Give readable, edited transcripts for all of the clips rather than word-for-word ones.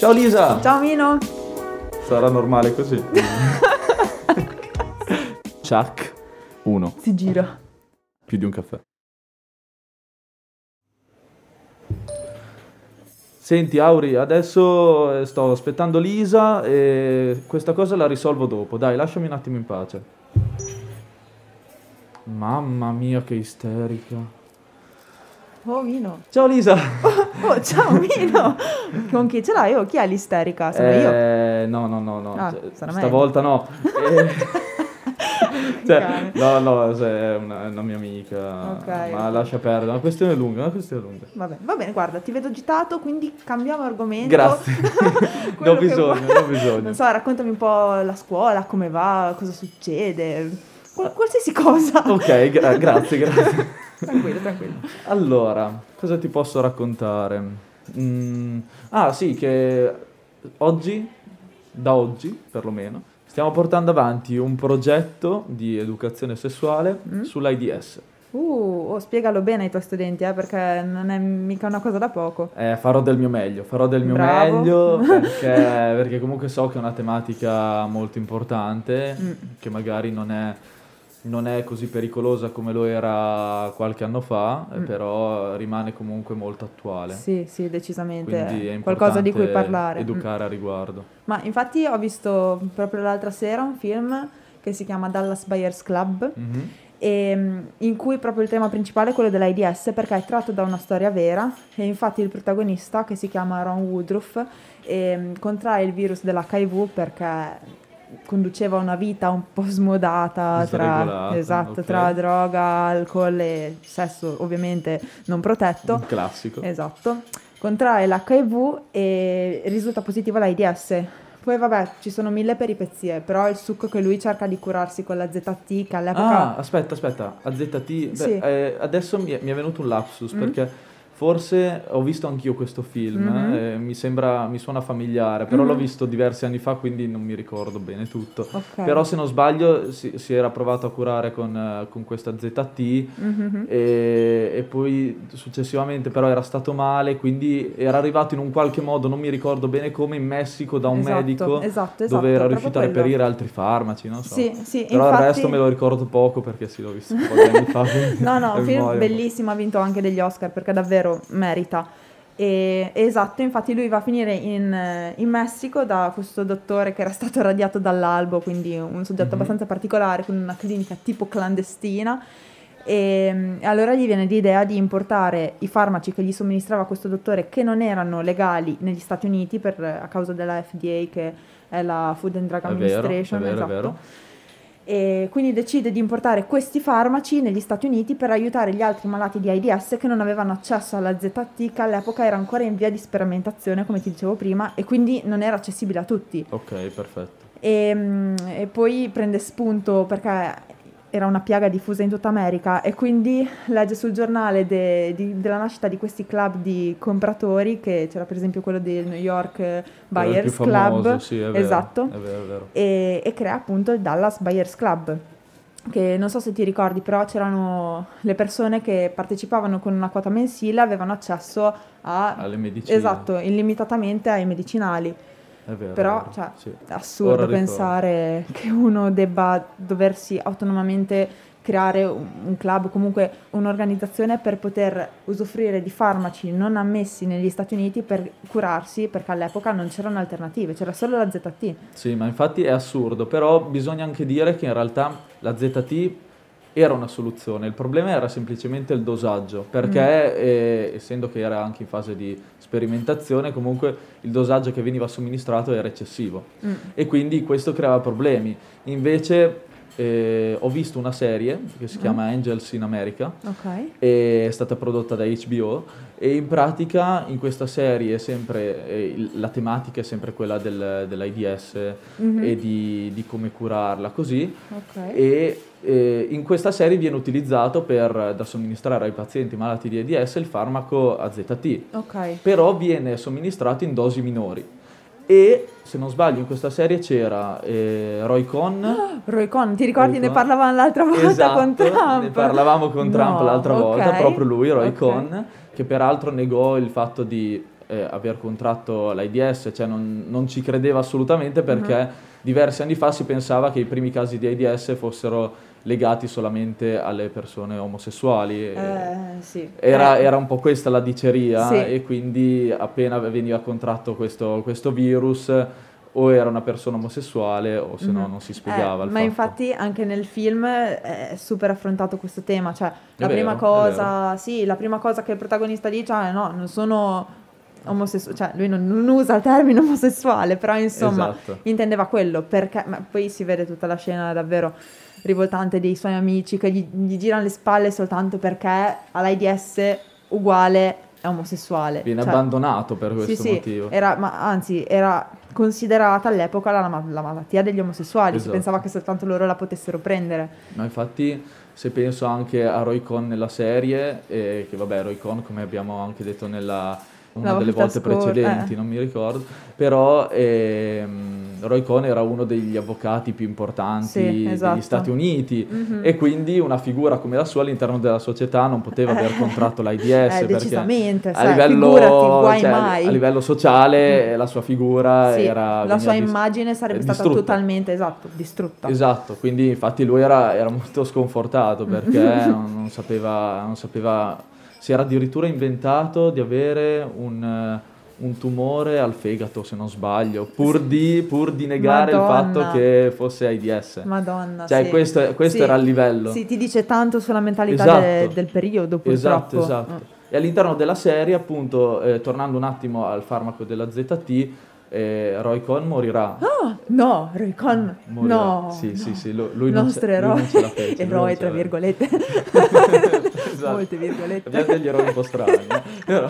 Ciao Lisa! Ciao Mino! Sarà normale così. Chuck 1. Si gira. Più di un caffè. Senti Auri, adesso sto aspettando Lisa e questa cosa la risolvo dopo. Dai, lasciami un attimo in pace. Mamma mia, che isterica. Oh Mino. Ciao Lisa! Oh, ciao Mino! Con chi ce l'hai? Oh, chi è l'isterica? Sono io. No. Ah, sarà Stavolta no. Cioè, no, è una mia amica. Ok, Ma ok. lascia perdere, è una questione lunga. Va bene, guarda, ti vedo agitato, quindi cambiamo argomento. Grazie. Quello Ne ho bisogno. Non so, raccontami un po' la scuola, come va, cosa succede, qualsiasi cosa. Ok, grazie. Tranquillo. Allora, cosa ti posso raccontare? Sì, che da oggi perlomeno, stiamo portando avanti un progetto di educazione sessuale sull'AIDS. Spiegalo bene ai tuoi studenti, perché non è mica una cosa da poco. Farò del mio meglio Bravo. perché comunque so che è una tematica molto importante, che magari non è così pericolosa come lo era qualche anno fa, però rimane comunque molto attuale. Sì, decisamente. Quindi è Qualcosa di cui importante parlare. educare a riguardo. Ma infatti ho visto proprio l'altra sera un film che si chiama Dallas Buyers Club, in cui proprio il tema principale è quello dell'AIDS, perché è tratto da una storia vera e infatti il protagonista, che si chiama Ron Woodruff, contrae il virus dell'HIV perché conduceva una vita un po' smodata Sregolata, tra ok. droga, alcol e sesso ovviamente non protetto. Un classico. Esatto. Contrae l'HIV e risulta positivo all'AIDS. Poi vabbè, ci sono 1000 peripezie, però il succo che lui cerca di curarsi con la ZT, che all'epoca... Aspetta, AZT. Sì. Adesso mi è venuto un lapsus, perché forse ho visto anch'io questo film, mi suona familiare, però l'ho visto diversi anni fa, quindi non mi ricordo bene tutto. Ok. Però se non sbaglio si era provato a curare con questa ZT e poi successivamente però era stato male, quindi era arrivato in un qualche modo, non mi ricordo bene come, in Messico da un medico esatto, dove era proprio riuscito a quello. reperire altri farmaci, non so. Sì, Però infatti... il resto me lo ricordo poco perché sì, l'ho visto un po' di anni fa. quindi No, a un film memoria. bellissimo, ha vinto anche degli Oscar perché davvero merita. Esatto, infatti lui va a finire in Messico da questo dottore che era stato radiato dall'albo, quindi un soggetto abbastanza particolare, con una clinica tipo clandestina. E allora gli viene l'idea di importare i farmaci che gli somministrava questo dottore, che non erano legali negli Stati Uniti a causa della FDA, che è la Food and Drug Administration. È esatto. vero. E quindi decide di importare questi farmaci negli Stati Uniti per aiutare gli altri malati di AIDS che non avevano accesso alla ZT, che all'epoca era ancora in via di sperimentazione, come ti dicevo prima, e quindi non era accessibile a tutti. Ok, perfetto. E poi prende spunto perché era una piaga diffusa in tutta America e quindi legge sul giornale della nascita di questi club di compratori, che c'era per esempio quello del New York Buyers Più famoso, Club, sì, è vero, esatto, è vero. e crea appunto il Dallas Buyers Club, che non so se ti ricordi, però c'erano le persone che partecipavano con una quota mensile, avevano accesso alle medicine. esatto, illimitatamente ai medicinali. È vero. Però, è vero, cioè, sì. è assurdo Ora ricordo. pensare che uno debba doversi autonomamente creare un club, comunque un'organizzazione per poter usufruire di farmaci non ammessi negli Stati Uniti per curarsi, perché all'epoca non c'erano alternative, c'era solo la ZT. Sì, ma infatti è assurdo, però bisogna anche dire che in realtà la ZT era una soluzione, il problema era semplicemente il dosaggio, perché essendo che era anche in fase di sperimentazione, comunque il dosaggio che veniva somministrato era eccessivo e quindi questo creava problemi. Invece ho visto una serie che si chiama Angels in America, è stata prodotta da HBO e in pratica in questa serie è sempre la tematica è sempre quella dell'AIDS e di come curarla così, e in questa serie viene utilizzato da somministrare ai pazienti malati di AIDS il farmaco AZT, però viene somministrato in dosi minori. E se non sbaglio in questa serie c'era Roy Cohn, ti ricordi? Ne parlavamo l'altra volta, esatto, con Trump. ne parlavamo con Trump l'altra volta, proprio lui, Roy Cohn, che peraltro negò il fatto di aver contratto l'AIDS, cioè non ci credeva assolutamente perché diversi anni fa si pensava che i primi casi di AIDS fossero legati solamente alle persone omosessuali. Sì. Era un po' questa la diceria, Sì. e quindi appena veniva contratto questo virus o era una persona omosessuale o se no non si spiegava il Ma fatto. infatti anche nel film è super affrontato questo tema, cioè la vero, prima è cosa, sì, la prima cosa che il protagonista dice è no, non sono omosessuale, cioè lui non usa il termine omosessuale, però insomma Esatto. intendeva quello, perché ma poi si vede tutta la scena davvero rivoltante dei suoi amici che gli girano le spalle soltanto perché all'AIDS uguale è omosessuale. Viene Cioè, abbandonato per questo sì, motivo. era considerata all'epoca la malattia degli omosessuali, si Esatto. pensava che soltanto loro la potessero prendere. Ma infatti, se penso anche a Roy Cohn nella serie, che vabbè, Roy Cohn, come abbiamo anche detto una delle volte precedenti, non mi ricordo, però Roy Cohn era uno degli avvocati più importanti Sì, esatto. degli Stati Uniti, e quindi una figura come la sua all'interno della società non poteva aver contratto l'AIDS, decisamente, perché a livello, figurati, guai cioè, mai. a livello sociale la sua figura Sì, era... la sua veniva immagine sarebbe stata distrutta. totalmente, distrutta. Esatto, quindi infatti lui era molto sconfortato perché non sapeva, si era addirittura inventato di avere un tumore al fegato, se non sbaglio, pur di negare il Madonna. fatto che fosse AIDS. Madonna, Cioè sì. questo Sì, era il livello. Sì, ti dice tanto sulla mentalità Esatto. del periodo, purtroppo. Esatto. E all'interno della serie, appunto, tornando un attimo al farmaco della ZT, Roy Cohn morirà. No, Roy Cohn, Morirà. No. Sì, lui Il non nostro lui eroe. non ce la fece. lui non Eroe, ce tra la virgolette. Esatto. Molte virgolette. Abbiamo degli eroi un po' strani. Però,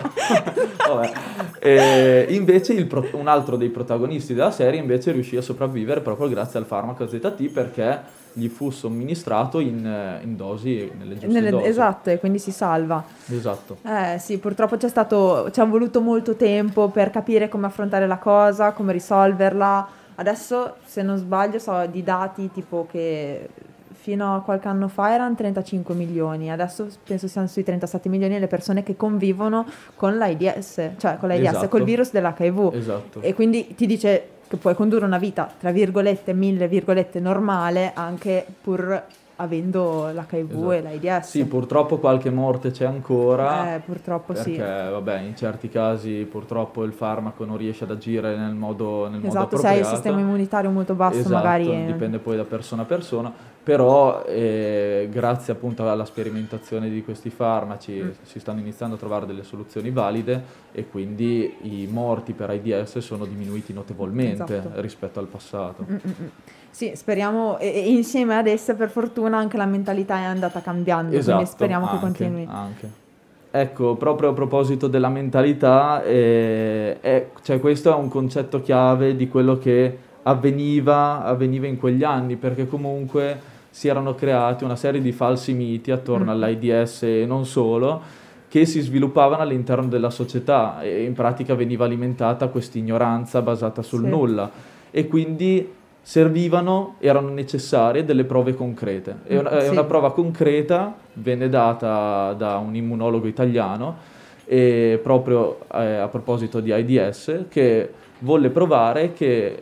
vabbè. Invece un altro dei protagonisti della serie invece riuscì a sopravvivere proprio grazie al farmaco ZT, perché gli fu somministrato in dosi, nelle giuste dosi. Esatto, e quindi si salva. Esatto. Sì, purtroppo ci ha voluto molto tempo per capire come affrontare la cosa, come risolverla. Adesso, se non sbaglio, so di dati tipo che fino a qualche anno fa erano 35 milioni, adesso penso siano sui 37 milioni le persone che convivono con l'AIDS, cioè con l'AIDS, Esatto. col virus dell'HIV. Esatto. E quindi ti dice che puoi condurre una vita, tra virgolette, mille virgolette, normale, anche pur avendo l'HIV Esatto. e l'AIDS. Sì, purtroppo qualche morte c'è ancora. Purtroppo perché, sì. vabbè, in certi casi purtroppo il farmaco non riesce ad agire nel modo Esatto, appropriato. se hai il sistema immunitario molto basso, Esatto, magari... dipende poi da persona a persona, però grazie appunto alla sperimentazione di questi farmaci si stanno iniziando a trovare delle soluzioni valide, e quindi i morti per AIDS sono diminuiti notevolmente Esatto. rispetto al passato. Sì, speriamo, e insieme ad essa per fortuna anche la mentalità è andata cambiando, Esatto, quindi speriamo che anche, continui. anche. Ecco, proprio a proposito della mentalità, cioè questo è un concetto chiave di quello che avveniva in quegli anni, perché comunque si erano creati una serie di falsi miti attorno all'AIDS e non solo, che si sviluppavano all'interno della società, e in pratica veniva alimentata questa ignoranza basata sul Sì. nulla, e quindi erano necessarie delle prove concrete. E Sì. una prova concreta venne data da un immunologo italiano, proprio a proposito di AIDS, che volle provare che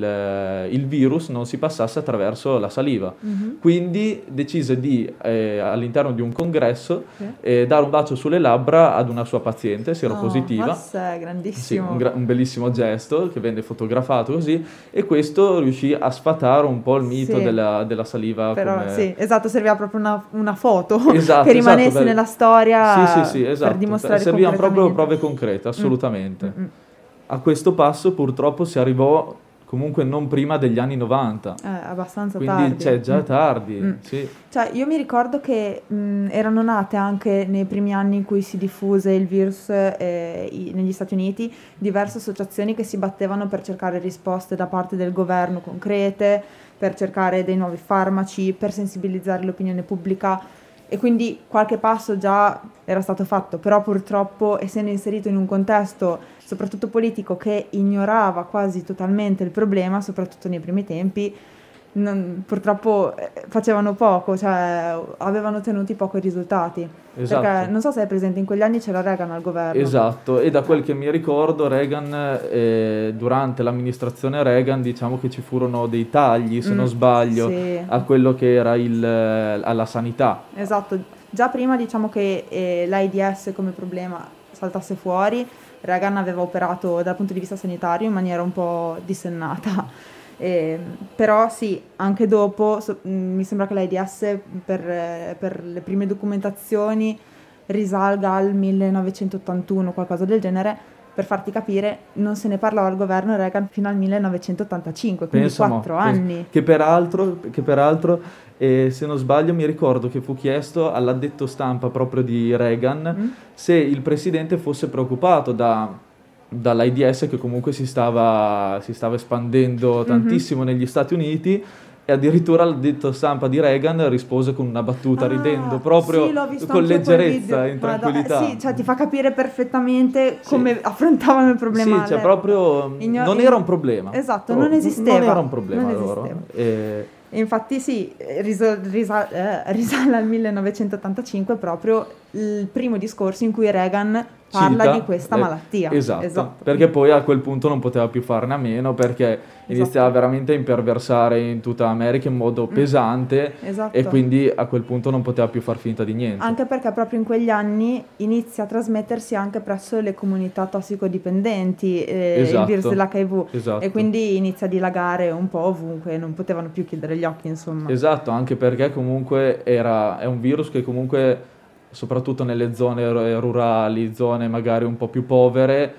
il virus non si passasse attraverso la saliva. Quindi decise di, all'interno di un congresso, dare un bacio sulle labbra ad una sua paziente seropositiva. Ma sei Sì, grandissimo. un bellissimo gesto che venne fotografato così, e questo riuscì a sfatare un po' il mito Sì. della saliva. Però come... sì, esatto, serviva proprio una foto Esatto, che rimanesse esatto, nella storia sì, esatto. per dimostrare Servivano proprio concretamente. prove concrete, assolutamente. A questo passo purtroppo si arrivò comunque non prima degli anni 90. Abbastanza Quindi tardi. c'è già tardi, sì. Cioè, io mi ricordo che erano nate anche nei primi anni in cui si diffuse il virus negli Stati Uniti diverse associazioni che si battevano per cercare risposte da parte del governo concrete, per cercare dei nuovi farmaci, per sensibilizzare l'opinione pubblica, e quindi qualche passo già era stato fatto, però purtroppo, essendo inserito in un contesto soprattutto politico che ignorava quasi totalmente il problema, soprattutto nei primi tempi, purtroppo facevano poco, cioè avevano ottenuti pochi risultati. Esatto. Perché non so se è presente, in quegli anni c'era Reagan al governo. Esatto, e da quel che mi ricordo Reagan, durante l'amministrazione Reagan, diciamo che ci furono dei tagli, se non sbaglio, Sì. a quello che era alla sanità. Esatto, già prima diciamo che l'AIDS come problema saltasse fuori, Reagan aveva operato dal punto di vista sanitario in maniera un po' dissennata. Però sì, anche dopo mi sembra che l'AIDS per le prime documentazioni risalga al 1981, qualcosa del genere. Per farti capire, non se ne parlava al governo Reagan fino al 1985, quindi Pensa mo, 4 anni. Che peraltro, se non sbaglio, mi ricordo che fu chiesto all'addetto stampa proprio di Reagan se il presidente fosse preoccupato dall'AIDS, che comunque si stava espandendo tantissimo negli Stati Uniti, e addirittura l'addetto stampa di Reagan rispose con una battuta ridendo, proprio sì, l'ho visto con anch'io quel leggerezza video. e in tranquillità. Sì, cioè ti fa capire perfettamente come affrontavano il problema. Sì, cioè all'epoca. proprio non era un problema. Esatto, Proprio, non esisteva. Non era un problema Non loro. esisteva. E infatti sì, risale al 1985 proprio il primo discorso in cui Reagan parla Cita, di questa malattia. Esatto, perché poi a quel punto non poteva più farne a meno, perché iniziava veramente a imperversare in tutta America in modo pesante, Esatto. e quindi a quel punto non poteva più far finta di niente. Anche perché proprio in quegli anni inizia a trasmettersi anche presso le comunità tossicodipendenti il virus dell'HIV, Esatto. e quindi inizia a dilagare un po' ovunque, non potevano più chiudere gli occhi, insomma. Esatto, anche perché comunque è un virus che comunque, soprattutto nelle zone rurali, zone magari un po' più povere,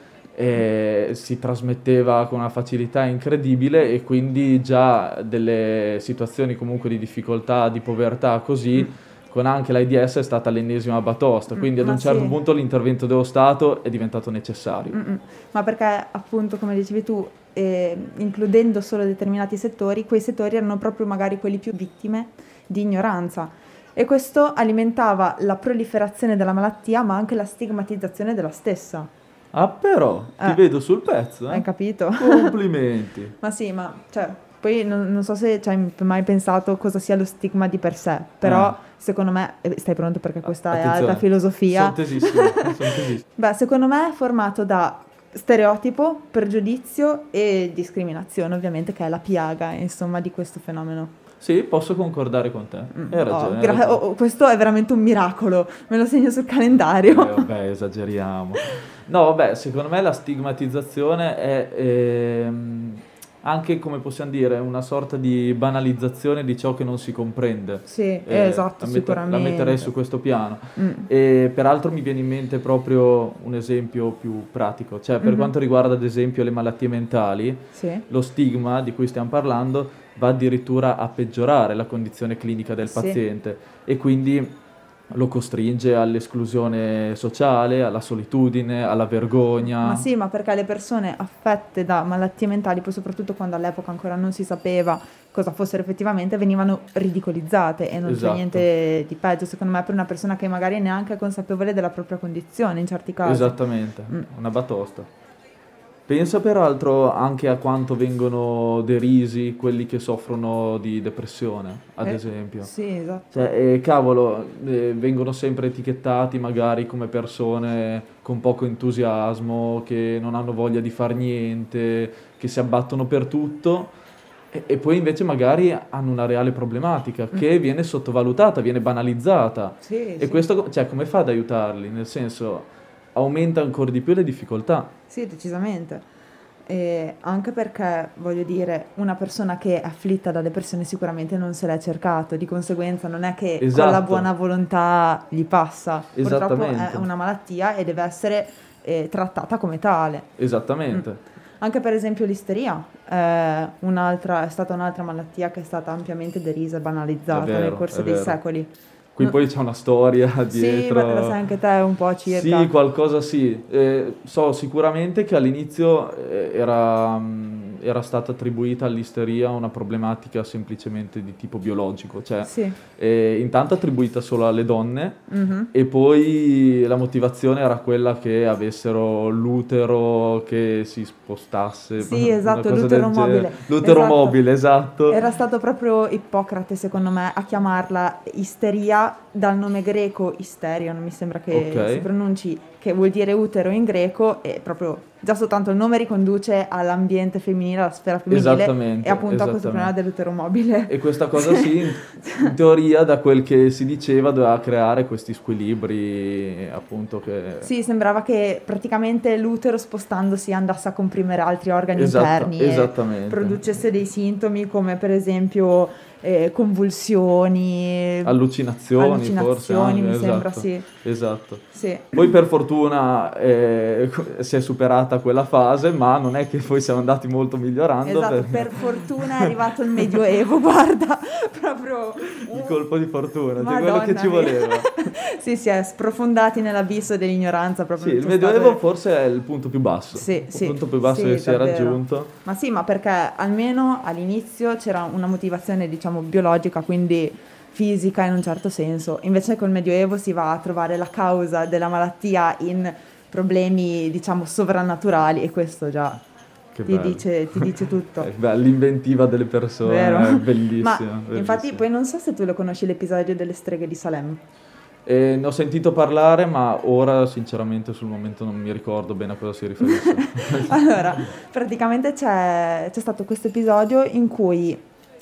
si trasmetteva con una facilità incredibile, e quindi già delle situazioni comunque di difficoltà, di povertà così, con anche l'AIDS è stata l'ennesima batosta, quindi ad un certo punto l'intervento dello Stato è diventato necessario. Ma perché appunto, come dicevi tu, includendo solo determinati settori, quei settori erano proprio magari quelli più vittime di ignoranza. E questo alimentava la proliferazione della malattia, ma anche la stigmatizzazione della stessa. Ah, però, ti vedo sul pezzo, Hai capito? Complimenti. Ma sì, ma cioè, poi non so se ci hai mai pensato cosa sia lo stigma di per sé, però secondo me, stai pronto perché questa è alta filosofia. Sono tesissimo. Beh, secondo me è formato da stereotipo, pregiudizio e discriminazione, ovviamente, che è la piaga, insomma, di questo fenomeno. Sì, posso concordare con te. Hai ragione. Questo è veramente un miracolo, me lo segno sul calendario. Vabbè, esageriamo. No, vabbè, secondo me la stigmatizzazione è anche, come possiamo dire, una sorta di banalizzazione di ciò che non si comprende. Sì, esatto, La sicuramente. metterei su questo piano. E peraltro mi viene in mente proprio un esempio più pratico. Cioè, per quanto riguarda ad esempio le malattie mentali, lo stigma di cui stiamo parlando va addirittura a peggiorare la condizione clinica del paziente, e quindi lo costringe all'esclusione sociale, alla solitudine, alla vergogna. Ma sì, ma perché le persone affette da malattie mentali, poi soprattutto quando all'epoca ancora non si sapeva cosa fossero effettivamente, venivano ridicolizzate, e non c'è niente di peggio, secondo me, per una persona che magari neanche è consapevole della propria condizione in certi casi. Esattamente, una batosta. Pensa peraltro anche a quanto vengono derisi quelli che soffrono di depressione, ad esempio. Sì, esatto. Cioè, cavolo, vengono sempre etichettati magari come persone con poco entusiasmo, che non hanno voglia di far niente, che si abbattono per tutto, e poi invece magari hanno una reale problematica che viene sottovalutata, viene banalizzata. E questo, cioè, come fa ad aiutarli? Nel senso, aumenta ancora di più le difficoltà. Sì, decisamente. E anche perché, voglio dire, una persona che è afflitta da depressione sicuramente non se l'è cercato, di conseguenza non è che con la buona volontà gli passa. Purtroppo è una malattia e deve essere trattata come tale. Esattamente. Anche per esempio l'isteria è stata un'altra malattia che è stata ampiamente derisa e banalizzata nel corso dei secoli. Qui poi c'è una storia dietro. Sì, lo sai anche te un po' circa. Sì, qualcosa sì. So sicuramente che all'inizio era stata attribuita all'isteria una problematica semplicemente di tipo biologico, cioè Sì. intanto attribuita solo alle donne Mhm. e poi la motivazione era quella che avessero l'utero che si spostasse, Sì, una esatto, cosa l'utero del genere. mobile. L'utero Esatto. mobile, esatto. Era stato proprio Ippocrate, secondo me, a chiamarla isteria dal nome greco isteria, non mi sembra che Ok. si pronunci, che vuol dire utero in greco, e proprio già soltanto il nome riconduce all'ambiente femminile, alla sfera femminile, Esattamente, e appunto a questo problema dell'utero mobile. E questa cosa sì, in teoria, da quel che si diceva, doveva creare questi squilibri, appunto, che... Sì, sembrava che praticamente l'utero spostandosi andasse a comprimere altri organi Esatto, interni e esattamente. producesse dei sintomi come per esempio convulsioni, Allucinazioni, forse anche, mi sembra, esatto, sì. esatto. Sì. Poi per fortuna si è superata quella fase, ma non è che poi siamo andati molto migliorando. Esatto, per fortuna è arrivato il Medioevo, guarda, proprio Il colpo di fortuna, cioè Madonna quello che ci mia. voleva. Sì, si è sprofondati nell'abisso dell'ignoranza proprio. Sì, il c'è Medioevo stato- forse è il punto più basso. Sì, Il sì, punto più basso sì, che si è davvero. raggiunto. Ma sì, ma perché almeno all'inizio c'era una motivazione, diciamo, biologica, quindi fisica in un certo senso. Invece col Medioevo si va a trovare la causa della malattia in problemi, diciamo, sovrannaturali e questo già Che ti bello. dice tutto. Beh, l'inventiva delle persone Vero? è bellissima. Ma bellissima. infatti poi non so se tu lo conosci l'episodio delle streghe di Salem. Ne ho sentito parlare, ma ora sinceramente sul momento non mi ricordo bene a cosa si riferisse. Allora, praticamente c'è stato questo episodio in cui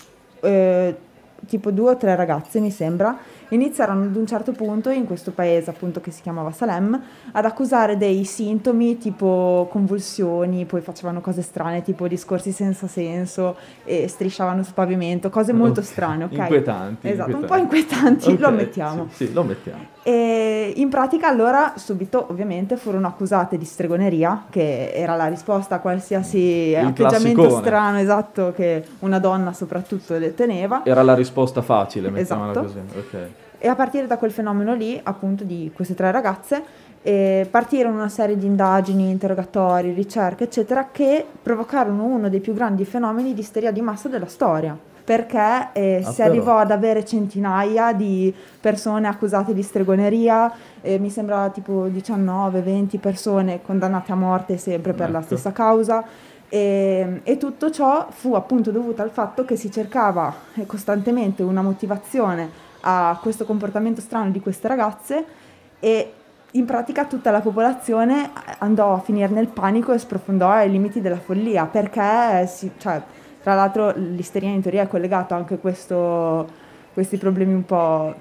tipo 2 o 3 ragazze, mi sembra, iniziarono ad un certo punto in questo paese appunto che si chiamava Salem ad accusare dei sintomi tipo convulsioni, poi facevano cose strane tipo discorsi senza senso e strisciavano sul pavimento, cose molto Ok, strane, ok? inquietanti, Esatto, un po' inquietanti, Ok, lo ammettiamo. Sì, lo mettiamo. E in pratica allora subito ovviamente furono accusate di stregoneria, che era la risposta a qualsiasi atteggiamento classicone. strano, esatto, che una donna soprattutto le teneva. Era la risposta facile, mettiamola Esatto. così. Ok. E a partire da quel fenomeno lì, appunto di queste 3 ragazze, partirono una serie di indagini, interrogatori, ricerche, eccetera, che provocarono uno dei più grandi fenomeni di isteria di massa della storia. Perché si però. arrivò ad avere centinaia di persone accusate di stregoneria, mi sembra tipo 19-20 persone condannate a morte sempre per la Ecco. stessa causa. E tutto ciò fu appunto dovuto al fatto che si cercava costantemente una motivazione a questo comportamento strano di queste ragazze e in pratica tutta la popolazione andò a finire nel panico e sprofondò ai limiti della follia perché cioè, tra l'altro l'isteria in teoria è collegato anche a questi problemi un po'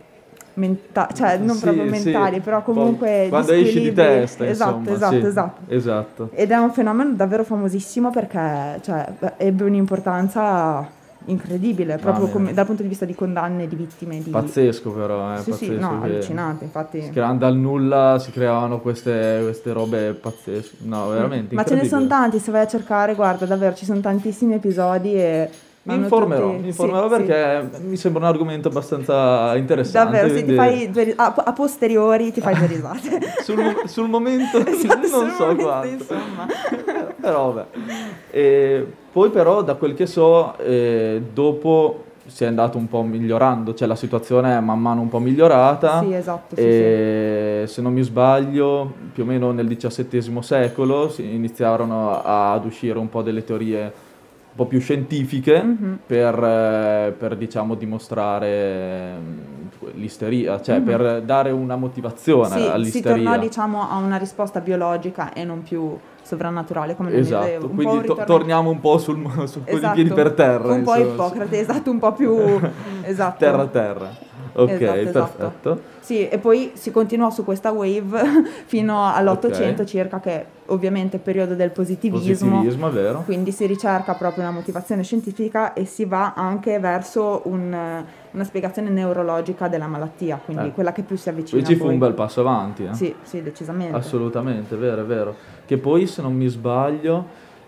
cioè non Sì, proprio sì, mentali, però un po' comunque quando esci di squilibri. testa, Esatto, insomma, esatto, sì, esatto. esatto. Ed è un fenomeno davvero famosissimo perché cioè, ebbe un'importanza incredibile, proprio Mamma mia. dal punto di vista di condanne di vittime. Pazzesco però, Sì, sì, pazzesco no, che allucinante, infatti. dal nulla si creavano queste robe pazzesche. No, veramente Ma ce ne sono incredibile. tanti, se vai a cercare, guarda, davvero, ci sono tantissimi episodi e Mi vanno informerò, tutti- mi informerò sì, sì. perché mi sembra un argomento abbastanza interessante. Davvero, sì, ti quindi fai a posteriori ti fai 2 risate. sul momento Esatto, sul non so momento, quanto. insomma. Però vabbè. E poi però da quel che so, dopo si è andato un po' migliorando, cioè la situazione è man mano un po' migliorata. Sì, esatto, sì, E se non mi sbaglio, più o meno nel XVII secolo iniziarono ad uscire un po' delle teorie un po' più scientifiche per diciamo dimostrare l'isteria, cioè per dare una motivazione Sì, si all'isteria. tornò diciamo a una risposta biologica e non più sovrannaturale come nel Esatto, Medioevo. Un po' quindi un ritorno- torniamo un po' su con i piedi per terra. Un po' insomma. Ippocrate, esatto, un po' più esatto. Terra a terra. Ok, Esatto. perfetto. Sì, e poi si continuò su questa wave fino all'800 Ok. circa, che ovviamente è il periodo del positivismo. Positivismo, è vero. Quindi si ricerca proprio una motivazione scientifica e si va anche verso una spiegazione neurologica della malattia, quindi quella che più si avvicina Qui ci fu poi. un bel passo avanti. Sì, sì, decisamente. Assolutamente, è vero. Che poi, se non mi sbaglio,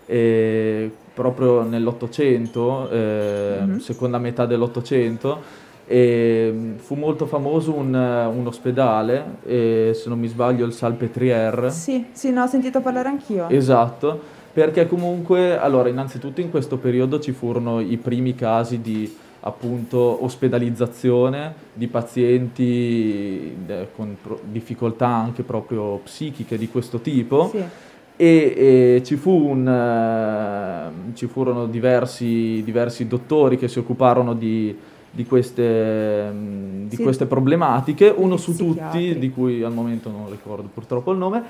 proprio nell'Ottocento, seconda metà dell'Ottocento, fu molto famoso un ospedale, se non mi sbaglio il Salpêtrière. Sì, sì, ne ho sentito parlare anch'io. Esatto, perché comunque, allora, innanzitutto in questo periodo ci furono i primi casi di appunto ospedalizzazione di pazienti con difficoltà anche proprio psichiche di questo tipo. Sì. E ci furono diversi dottori che si occuparono di queste Sì. problematiche, uno su Psichiatri. tutti, di cui al momento non ricordo purtroppo il nome,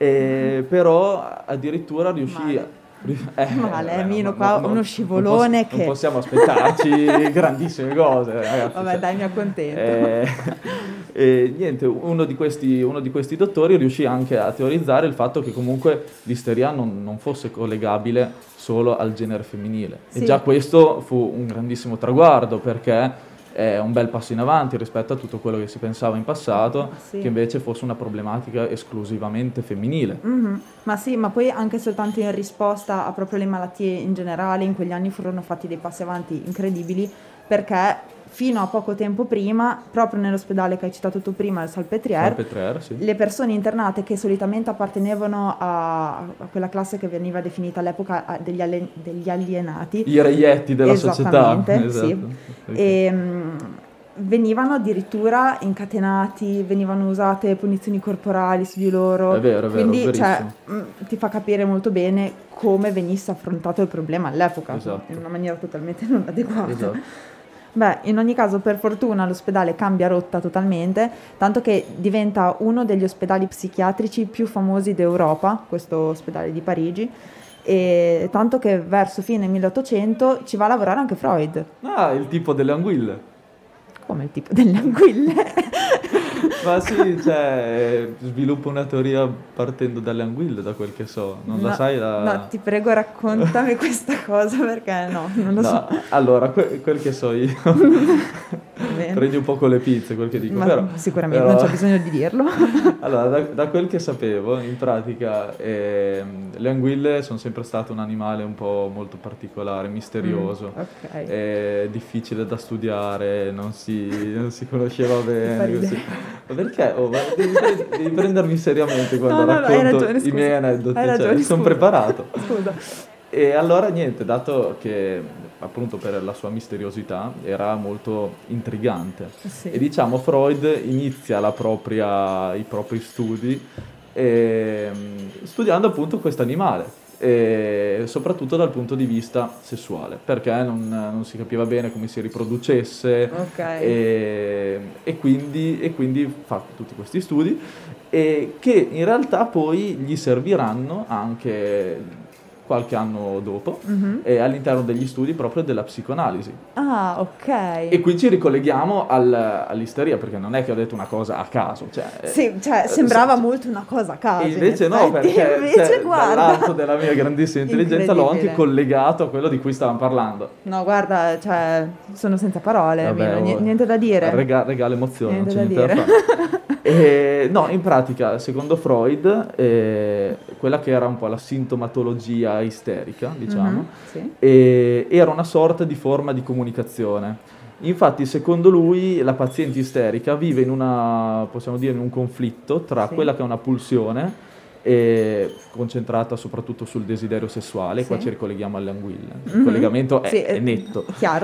però addirittura riuscì Male. Male, vabbè, Mino, qua uno non scivolone non che... possiamo aspettarci grandissime cose, ragazzi. Vabbè, cioè. dai, mi accontento. E niente, uno di questi dottori riuscì anche a teorizzare il fatto che comunque l'isteria non fosse collegabile solo al genere femminile. Sì. E già questo fu un grandissimo traguardo, perché è un bel passo in avanti rispetto a tutto quello che si pensava in passato, Sì. che invece fosse una problematica esclusivamente femminile. Mhm. Ma sì, ma poi anche soltanto in risposta a proprio le malattie in generale, in quegli anni furono fatti dei passi avanti incredibili, perché fino a poco tempo prima, proprio nell'ospedale che hai citato tu prima, il Salpêtrière, Salpêtrière, sì. le persone internate che solitamente appartenevano a quella classe che veniva definita all'epoca degli alienati, I reietti della società. esattamente, sì. Esatto. E, venivano addirittura incatenati, venivano usate punizioni corporali su di loro. È vero, Quindi verissimo. ti fa capire molto bene come venisse affrontato il problema all'epoca, Esatto. in una maniera totalmente non adeguata. Esatto. Beh, in ogni caso, per fortuna l'ospedale cambia rotta totalmente, tanto che diventa uno degli ospedali psichiatrici più famosi d'Europa, questo ospedale di Parigi, e tanto che verso fine 1800 ci va a lavorare anche Freud. Ah, il tipo delle anguille. Come il tipo delle anguille. Ma sì, cioè, sviluppo una teoria partendo dalle anguille, da quel che so. Non la sai la... No, ti prego, raccontami questa cosa perché no, non lo so. No, allora, quel che so io. Bene. Prendi un po' con le pinze quel che dico, Ma però... sicuramente però- non c'è bisogno di dirlo. Allora, da quel che sapevo, in pratica, le anguille sono sempre stato un animale un po' molto particolare, misterioso, Ok. difficile da studiare, non si conosceva bene. fa ridere. così. Ma perché? Oh, ma devi prendermi seriamente quando No, hai racconto ragione, i scusa. miei aneddoti, Hai cioè, ragione, sono scusa. preparato. Scusa. E allora niente, dato che appunto per la sua misteriosità era molto intrigante. Sì. E diciamo Freud inizia i propri studi studiando appunto questo animale, e soprattutto dal punto di vista sessuale, perché non si capiva bene come si riproducesse, Ok. e quindi fa tutti questi studi, e che in realtà poi gli serviranno anche qualche anno dopo, Mhm. all'interno degli studi proprio della psicoanalisi. Ah, ok. E qui ci ricolleghiamo all'isteria, perché non è che ho detto una cosa a caso. Sì, cioè sembrava molto una cosa a caso. E invece in no, effetti. perché Invece guarda. dall'alto della mia grandissima intelligenza l'ho anche Incredibile. collegato a quello di cui stavamo parlando. No, guarda, cioè sono senza parole, Vabbè, Mino, niente da dire. Regala emozioni, non Niente c'è da niente da dire. fare. No, in pratica, secondo Freud, quella che era un po' la sintomatologia isterica, diciamo, Mhm, sì. era una sorta di forma di comunicazione. Infatti, secondo lui, la paziente isterica vive possiamo dire, in un conflitto tra Sì. quella che è una pulsione, concentrata soprattutto sul desiderio sessuale, Sì. qua ci ricolleghiamo alle anguille, il Mhm. collegamento Sì, è netto. Chiaro.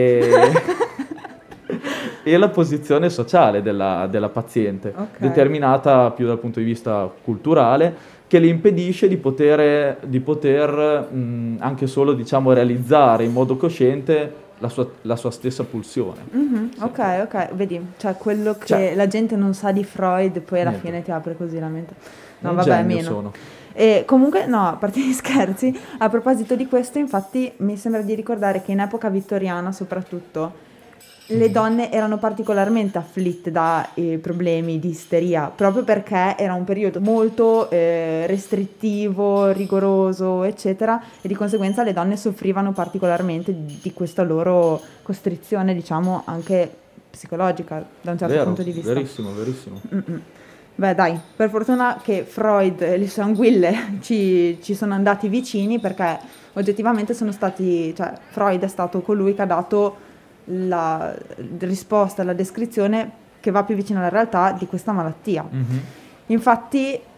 E la posizione sociale della paziente, Ok. determinata più dal punto di vista culturale, che le impedisce di poter anche solo, diciamo, realizzare in modo cosciente la sua stessa pulsione. Mhm, Sì. ok, vedi, cioè quello che Cioè- la gente non sa di Freud, poi alla Niente. fine ti apre così la mente. No, Un vabbè, genio meno. sono. E comunque, no, a parte gli scherzi, a proposito di questo, infatti, mi sembra di ricordare che in epoca vittoriana, soprattutto, le donne erano particolarmente afflitte da problemi di isteria, proprio perché era un periodo molto restrittivo, rigoroso, eccetera, e di conseguenza le donne soffrivano particolarmente di questa loro costrizione, diciamo, anche psicologica, da un certo Vero, punto di vista. verissimo, verissimo. Mm-mm. Beh, dai, per fortuna che Freud e le sue anguille ci sono andati vicini, perché oggettivamente sono stati, cioè Freud è stato colui che ha dato la risposta, la descrizione che va più vicino alla realtà di questa malattia. Mhm. Infatti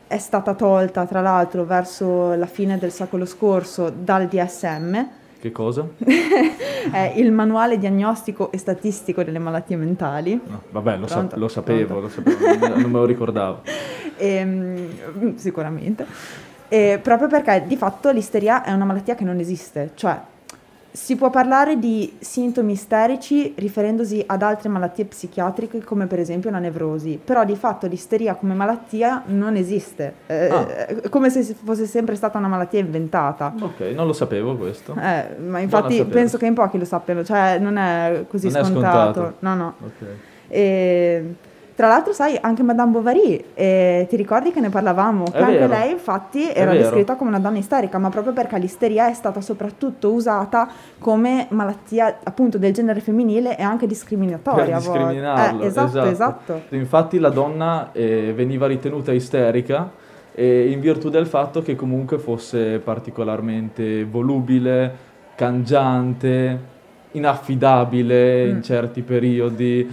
è stata tolta tra l'altro verso la fine del secolo scorso dal DSM, Che cosa? è il manuale diagnostico e statistico delle malattie mentali. No, vabbè, lo Pronto? sapevo, non me lo ricordavo. Sicuramente. Proprio perché di fatto l'isteria è una malattia che non esiste, cioè si può parlare di sintomi isterici riferendosi ad altre malattie psichiatriche come per esempio la nevrosi, però di fatto l'isteria come malattia non esiste, come se fosse sempre stata una malattia inventata. Ok, non lo sapevo questo. Ma infatti penso che in pochi lo sappiano, cioè non è così Non è scontato. scontato. No. Ok. Tra l'altro, sai, anche Madame Bovary, ti ricordi che ne parlavamo? Che anche vero. lei, infatti, era vero. descritta come una donna isterica, ma proprio perché l'isteria è stata soprattutto usata come malattia, appunto, del genere femminile e anche discriminatoria. Per a volte. discriminarlo, Esatto. Infatti la donna veniva ritenuta isterica in virtù del fatto che comunque fosse particolarmente volubile, cangiante, inaffidabile in certi periodi,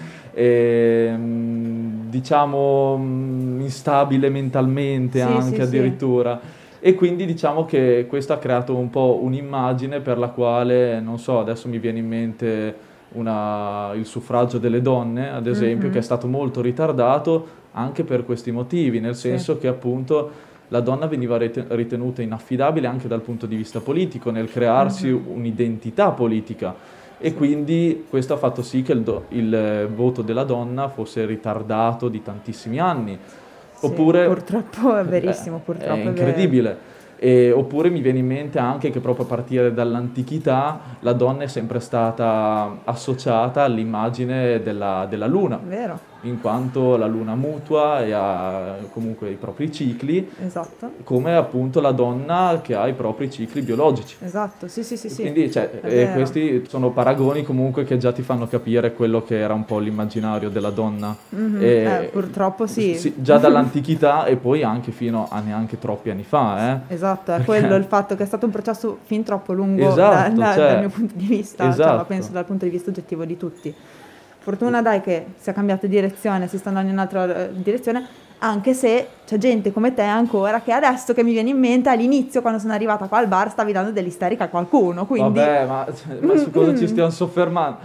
diciamo instabile mentalmente anche addirittura. E quindi diciamo che questo ha creato un po' un'immagine per la quale, non so, adesso mi viene in mente il suffragio delle donne, ad esempio, che è stato molto ritardato anche per questi motivi, nel senso che appunto la donna veniva ritenuta inaffidabile anche dal punto di vista politico, nel crearsi un'identità politica. E quindi questo ha fatto sì che il voto della donna fosse ritardato di tantissimi anni. Oppure, purtroppo è verissimo, purtroppo è incredibile. Oppure mi viene in mente anche che proprio a partire dall'antichità la donna è sempre stata associata all'immagine della luna. Vero. In quanto la luna mutua e ha comunque i propri cicli, Esatto. come appunto la donna che ha i propri cicli biologici. Esatto, sì. Quindi questi sono paragoni comunque che già ti fanno capire quello che era un po' l'immaginario della donna. Purtroppo sì. Già dall'antichità e poi anche fino a neanche troppi anni fa. Esatto, è quello il fatto che è stato un processo fin troppo lungo Esatto, dal mio punto di vista, esatto. ma penso dal punto di vista oggettivo di tutti. Fortuna dai che si è cambiata direzione, si sta andando in un'altra direzione, anche se c'è gente come te ancora che adesso che mi viene in mente all'inizio quando sono arrivata qua al bar stavi dando dell'isterica a qualcuno, quindi... Vabbè, ma su cosa ci stiamo soffermando?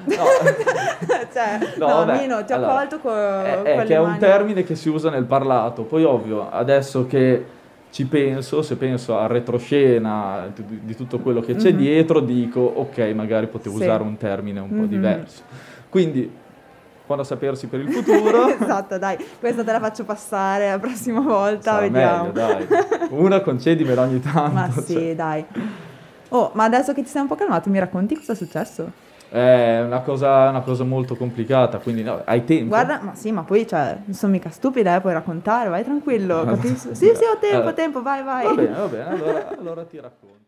No. Mino, ti ho colto con che è un termine che si usa nel parlato, poi ovvio, adesso che ci penso, se penso al retroscena di tutto quello che c'è dietro, dico ok, magari potevo usare un termine un po' diverso. Quindi... buono sapersi per il futuro. Esatto, dai, questa te la faccio passare la prossima volta, sarà vediamo. Meglio, dai. Una concedimela ogni tanto. Ma sì, dai. Oh, ma adesso che ti sei un po' calmato, mi racconti cosa è successo? È una cosa molto complicata, quindi no, hai tempo? Guarda, ma sì, ma poi, cioè, non sono mica stupida, puoi raccontare, vai tranquillo, capisci? Sì, ho tempo, vai. Va bene, allora ti racconto.